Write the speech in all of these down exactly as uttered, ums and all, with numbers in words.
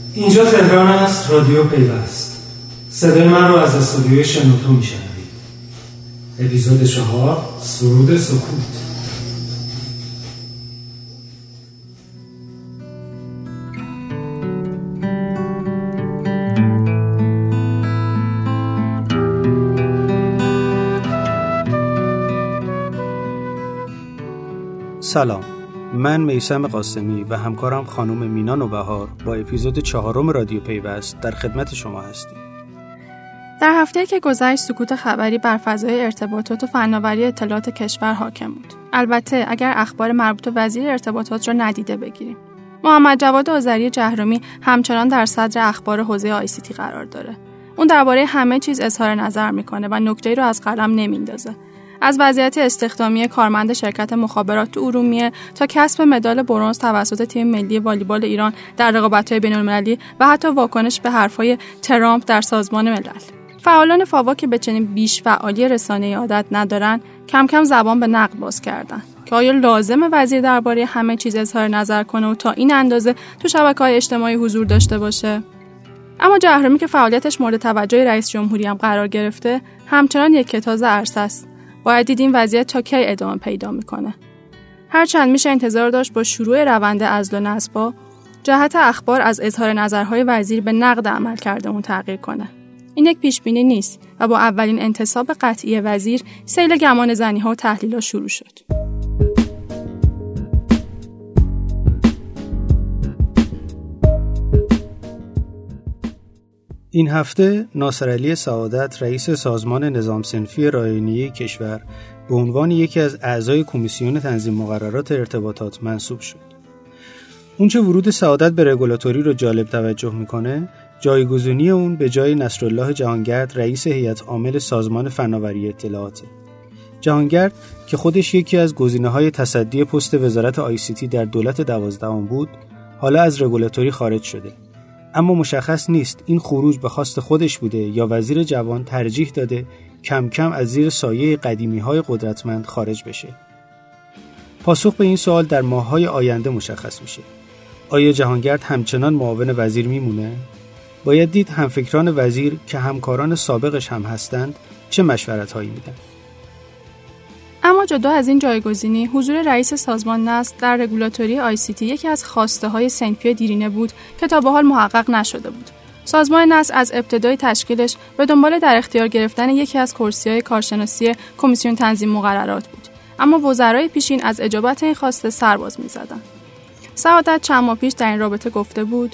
اینجا تهران است، رادیو پیوست. صدای من رو از استودیوی شنوتو میشنوید. اپیزود چهار، سرود سکوت. سلام، من میثم قاسمی و همکارم خانم مینا نوبهار با اپیزود چهارم رادیو پیوست در خدمت شما هستیم. در هفته‌ای که گذشت سکوت خبری بر فضای ارتباطات و فناوری اطلاعات کشور حاکم بود. البته اگر اخبار مربوط به وزیر ارتباطات را ندیده بگیریم. محمد جواد آذری جهرمی همچنان در صدر اخبار حوزه آی سی تی قرار داره. اون درباره همه چیز اظهار نظر میکنه و نکته‌ای رو از قلم نمیندازه. از وضعیت استخدامی کارمند شرکت مخابرات ارومیه تا کسب مدال برنز توسط تیم ملی والیبال ایران در رقابت‌های بین‌المللی و حتی واکنش به حرف‌های ترامپ در سازمان ملل. فعالان فاوا که به چنین بیش فعالی رسانه‌ای عادت ندارن، کم کم زبان به نقد باز کردن که آیا لازمه وزیر درباره همه چیز اظهار نظر کنه و تا این اندازه تو شبکه‌های اجتماعی حضور داشته باشه؟ اما جهرمی که فعالیتش مورد توجه رئیس جمهوری هم قرار گرفته، همچنان یک کتاز عرصه است. باید دید این وضعیت تا کی ادامه پیدا میکنه. هرچند میشه انتظار داشت با شروع روند عزل و نصب‌ها جهت اخبار از اظهار نظرهای وزیر به نقد عمل کرده اون تغییر کنه. این یک پیش بینی نیست و با اولین انتصاب قطعی وزیر سیل گمان زنی‌ها و تحلیل‌ها شروع شد. این هفته ناصرعلی سعادت رئیس سازمان نظام صنفی رایانه‌ای کشور به عنوان یکی از اعضای کمیسیون تنظیم مقررات ارتباطات منصوب شد. اونچه ورود سعادت به رگولاتوری رو جالب توجه میکنه، جایگزینی اون به جای نصرالله جهانگرد رئیس هیئت عامل سازمان فناوری اطلاعات. جهانگرد که خودش یکی از گزینه‌های تصدی پست وزارت آی سی تی در دولت دوازدهم بود، حالا از رگولاتوری خارج شده. اما مشخص نیست این خروج به خواست خودش بوده یا وزیر جوان ترجیح داده کم کم از زیر سایه قدیمی‌های قدرتمند خارج بشه. پاسخ به این سوال در ماه‌های آینده مشخص میشه. آیا جهانگرد همچنان معاون وزیر میمونه؟ باید دید همفکران وزیر که همکاران سابقش هم هستند چه مشورت‌هایی میدن. اما جدا از این جایگزینی، حضور رئیس سازمان نسل در رگولاتوری آی سی تی یکی از خواسته‌های صنفی دیرینه بود که تا به حال محقق نشده بود. سازمان نسل از ابتدای تشکیلش به دنبال در اختیار گرفتن یکی از کرسی‌های کارشناسی کمیسیون تنظیم مقررات بود، اما وزرای پیشین از اجابت این خواسته سرباز می‌زدند. سعادت چند ماه پیش در این رابطه گفته بود: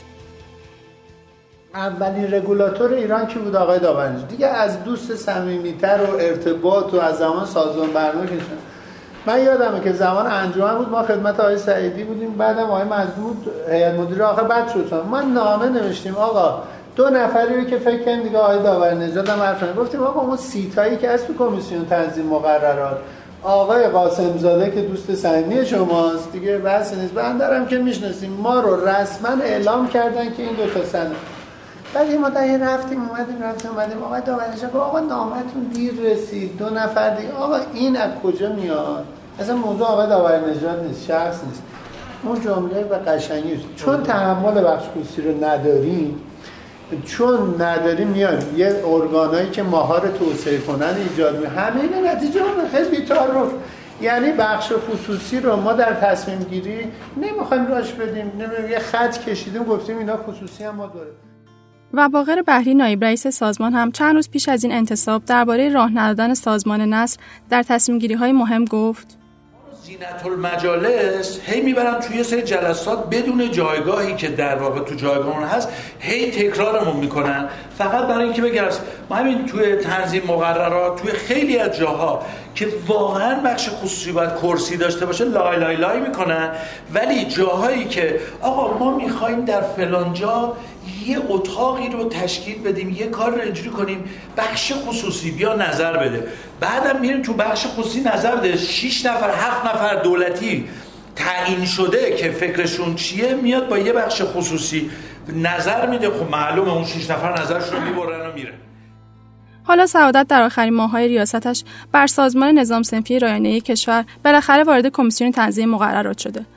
اولین رگولاتور ایران کی بود؟ آقای داورنژاد. دیگه از دوست صمیمیتر و ارتباط و از زمان سازمان برنامه کشن. من یادمه که زمان انجمن بود، ما خدمت آقای سعیدی بودیم، بعدم آقای مجدود هیئت مدیره آخر بعد شد. ما نامه نوشتیم آقا دو نفری رو که فکر کنیم دیگه آقای داورنژاد هم حرف نزد. گفتیم آقا اون سیتایی که از تو کمیسیون تنظیم مقررات آقای قاسم زاده که دوست صمیمی شماست دیگه بحث نیست، بندرم که میشناسیم، ما رو رسما اعلام کردن که این دو تا سند. بعد یه مدت یه رفتیم اومدیم رفتیم اومدیم آقای داورنژاد گفت آقا نامتون دیر رسید، دو نفر دیگه. آقا این از کجا میاد؟ اصلا موضوع آقای داورنژاد نیست، شخص نیست. اون جمله به قشنگی است. چون تحمل بخش خصوصی رو نداریم، چون نداریم میاد یه ارگانایی که ماها رو توسعه کنن ایجاد می همین نتیجه اون خیلی بی‌تعارف. یعنی بخش خصوصی رو ما در تصمیم گیری نمیخوایم راش بدیم، نمیخوایم یه خط کشیدیم گفتیم اینا خصوصی هم ما داره. و باقر بحری نایب رئیس سازمان هم چند روز پیش از این انتصاب درباره راه ندادن سازمان نسل در تصمیم گیری های مهم گفت: زینت المجالس هی میبرن توی سری جلسات بدون جایگاهی که در واقع تو جایگاه اون هست، هی تکرارمون میکنن فقط برای اینکه بگن ما همین توی تنظیم مقررات توی خیلی از جاها که واقعا بخش خصوصی باید کرسی داشته باشه لای لای لای میکنن، ولی جاهایی که آقا ما میخوایم در فلان جا یه اتاقی رو تشکیل بدیم، یه کار رو اینجوری کنیم، بخش خصوصی بیا نظر بده. بعدم میریم تو بخش خصوصی نظر بده، شش نفر هفت نفر دولتی تعیین شده که فکرشون چیه میاد با یه بخش خصوصی نظر میده. خب معلومه اون شش نفر نظرشون میبرن و میره. حالا سعادت در آخرین ماه‌های ریاستش بر سازمان نظام صنفی رایانه‌ای کشور بالاخره وارد کمیسیون تنظیم مقررات شده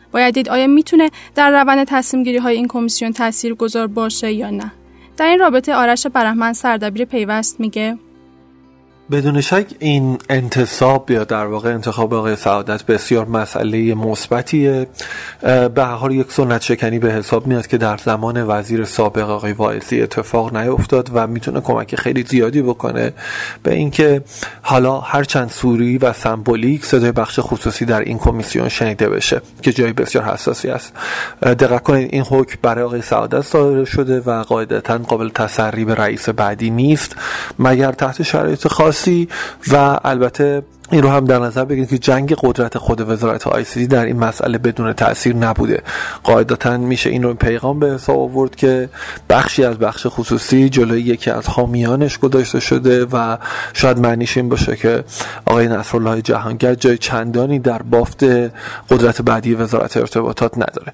باید دید آیا میتونه در روند تصمیم گیری های این کمیسیون تاثیرگذار باشه یا نه. در این رابطه آرش برهمن سردبیر پیوست میگه بدون شک این انتصاب یا در واقع انتخاب آقای سعادت بسیار مسئله مثبتیه. به هر حال یک سنت شکنی به حساب میاد که در زمان وزیر سابق آقای واعظی اتفاق نیفتاد و میتونه کمک خیلی زیادی بکنه به اینکه حالا هر چند سوری و سمبولیک صدای بخش خصوصی در این کمیسیون شنیده بشه که جای بسیار حساسی است. دقت کنید این حکم برای آقای سعادت صادر شده و قاعدتاً قابل تسری به رئیس بعدی نیست مگر تحت شرایط خاص و البته این رو هم در نظر بگیرید که جنگ قدرت خود وزارت آی سی دی در این مسئله بدون تأثیر نبوده. قاعدتاً میشه این رو پیغام به حساب آورد که بخشی از بخش خصوصی جلوی یکی از حامیانش گذاشته شده و شاید معنیش این باشه که آقای نصرالله جهانگرد جای چندانی در بافت قدرت بعدی وزارت ارتباطات نداره.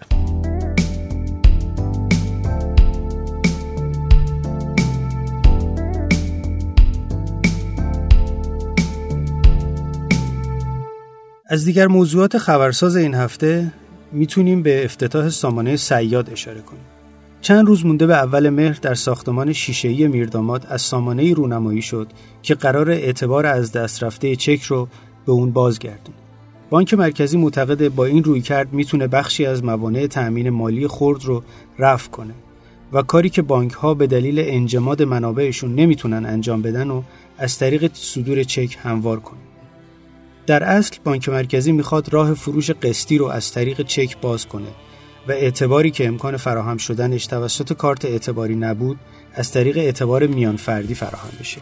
از دیگر موضوعات خبرساز این هفته میتونیم به افتتاح سامانه صیاد اشاره کنیم. چند روز مونده به اول مهر در ساختمان شیشه‌ای میرداماد از سامانه‌ای رونمایی شد که قرار اعتبار از دست رفته چک رو به اون بازگردونه. بانک مرکزی معتقد با این رویکرد میتونه بخشی از موانع تأمین مالی خرد رو رفع کنه و کاری که بانک‌ها به دلیل انجماد منابعشون نمیتونن انجام بدن و از طریق صدور چک هموار کنه. در اصل بانک مرکزی میخواد راه فروش قسطی رو از طریق چک باز کنه و اعتباری که امکان فراهم شدنش توسط کارت اعتباری نبود از طریق اعتبار میان فردی فراهم بشه.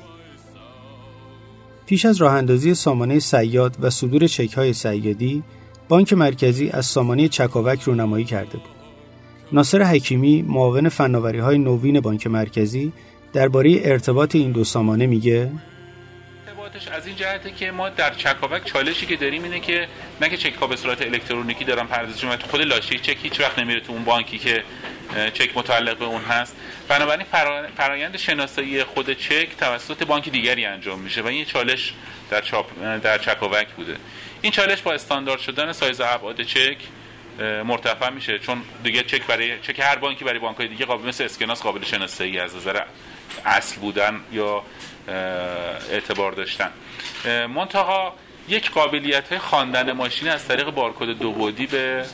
پیش از راه اندازی سامانه صیاد و صدور چک‌های صیادی، بانک مرکزی از سامانه چکاوک رونمایی کرده بود. ناصر حکیمی، معاون فناوری‌های نوین بانک مرکزی، درباره ارتباط این دو سامانه میگه از این جهته که ما در چکاوک چالشی که داریم اینه که نه که چک ها به صورت الکترونیکی دارن پردازش میشه، خود لاشه چک هیچ وقت نمیره تو اون بانکی که چک متعلق به اون هست. بنابراین فرآیند شناسایی خود چک توسط بانک دیگری انجام میشه و این چالش در چاپ در چکاوک بوده. این چالش با استاندارد شدن سایز و ابعاد چک مرتفع میشه، چون دیگه چک برای چک هر بانکی برای بانک‌های دیگه قابل مثل اسکناس قابل شناسایی از نظر اصل بودن یا اعتبار داشتن. منتها یک قابلیت خواندن ماشین از طریق بارکد دو بعدی به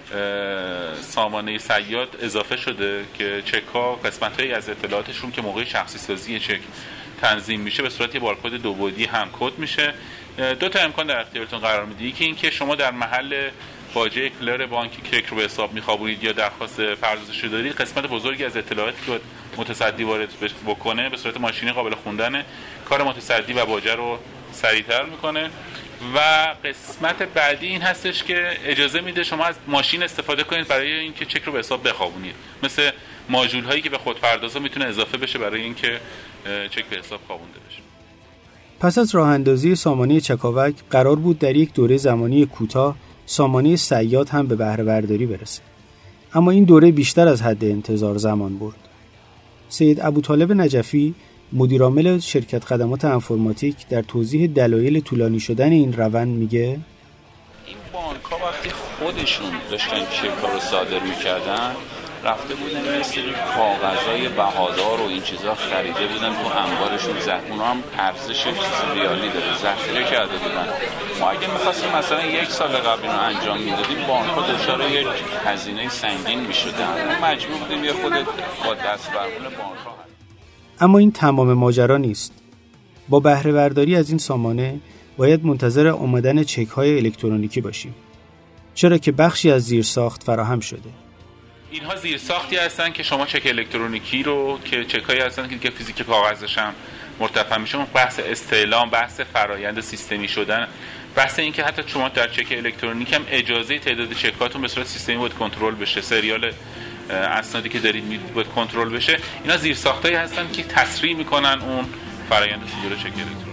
سامانه صیاد اضافه شده که چک‌ها قسمت‌هایی از اطلاعاتشون که موقع شخصی سازی چک تنظیم میشه به صورت بارکد دو بعدی هم کد میشه. دو تا امکان در اختیارتون قرار میده، یکی این که شما در محل باجه کلر بانکی که چک رو به حساب میخوابونید یا درخواست پردازش دارید، قسمت بزرگی از اطلاعاتی که متصدی وارد بکنه به صورت ماشینی قابل خوندن، کار متصدی و باجه رو سریعتر میکنه. و قسمت بعدی این هستش که اجازه میده شما از ماشین استفاده کنید برای اینکه چک رو به حساب بخوابونید، مثل ماژول هایی که به خودپردازا میتونه اضافه بشه برای اینکه چک به حساب خوابونده بشه. پس از راه اندازی سامانه چکاوک قرار بود در یک دوره زمانی کوتاه سامانه صیاد هم به بهره برداری برسه، اما این دوره بیشتر از حد انتظار زمان برد. سید ابوطالب نجفی، مدیرعامل شرکت خدمات انفرماتیک، در توضیح دلایل طولانی شدن این روند میگه این بانک‌ها وقتی خودشون داشتن چک‌ها رو صادر می‌کردن رفته بودن یه سری کاغذهای بهادار و این چیزا خریده بودن تو انبارشون، زه اونا هم ارزش ریالی داره، ذخیره کرده بودن. ما اگه می‌خواستیم مثلا یک سال قبل اینو انجام میدادیم بانک‌ها دچار یک هزینه سنگین می‌شدن، مجبور بودیم یه خود با دست برمون بانک‌ها. اما این تمام ماجرا نیست. با بهره برداری از این سامانه باید منتظر اومدن چک‌های الکترونیکی باشیم، چرا که بخشی از زیرساخت فراهم شده. اینها زیرساختی هستن که شما چک الکترونیکی رو که چکایی هستن که فیزیک کاغذش هم مرتفع میشه، بحث استعلام، بحث فرایند سیستمی شدن، بحث این که حتی شما در چک الکترونیک هم اجازه تعداد چکاتون به صورت سیستمی باید کنترل بشه، سریال اسنادی که دارید باید کنترل بشه. اینا زیرساختایی هستن که تسریع میکنن اون فرایند صدور چک الکترونیکی.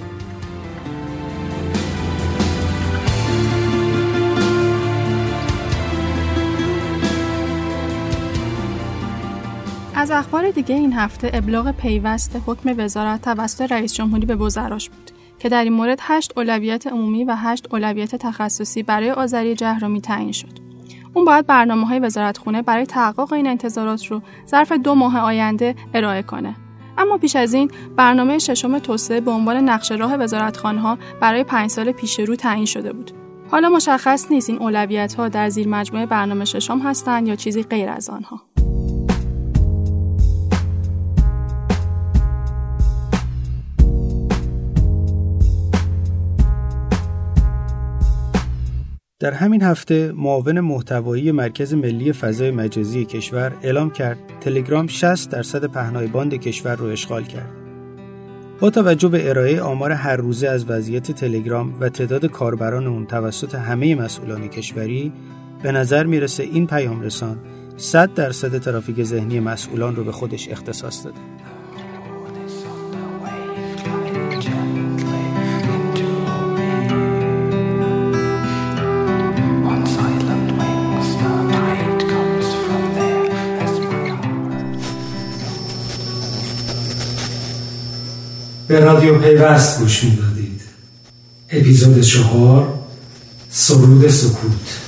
از اخبار دیگه این هفته ابلاغ پیوست حکم وزارت توسط رئیس جمهوری به وزراش بود که در این مورد هشت اولویت عمومی و هشت اولویت تخصصی برای آذری جهرمی تعیین شد. اون باید برنامه‌های وزارتخونه برای تحقق این انتظارات رو ظرف دو ماه آینده ارائه کنه. اما پیش از این برنامه ششم توسعه به عنوان نقشه راه وزارتخانه‌ها برای پنج سال پیش رو تعیین شده بود. حالا مشخص نیست این اولویت‌ها در زیر مجموعه برنامه ششم هستند یا چیزی غیر از آنها. در همین هفته معاون محتوایی مرکز ملی فضای مجازی کشور اعلام کرد تلگرام شصت درصد پهنای باند کشور رو اشغال کرد. با توجه به ارائه آمار هر روزه از وضعیت تلگرام و تعداد کاربران اون توسط همه مسئولان کشوری، به نظر میرسه این پیام رسان صد درصد ترافیک ذهنی مسئولان رو به خودش اختصاص داده. به رادیو پیوست گوش میدادید. اپیزود چهار، سرود سکوت.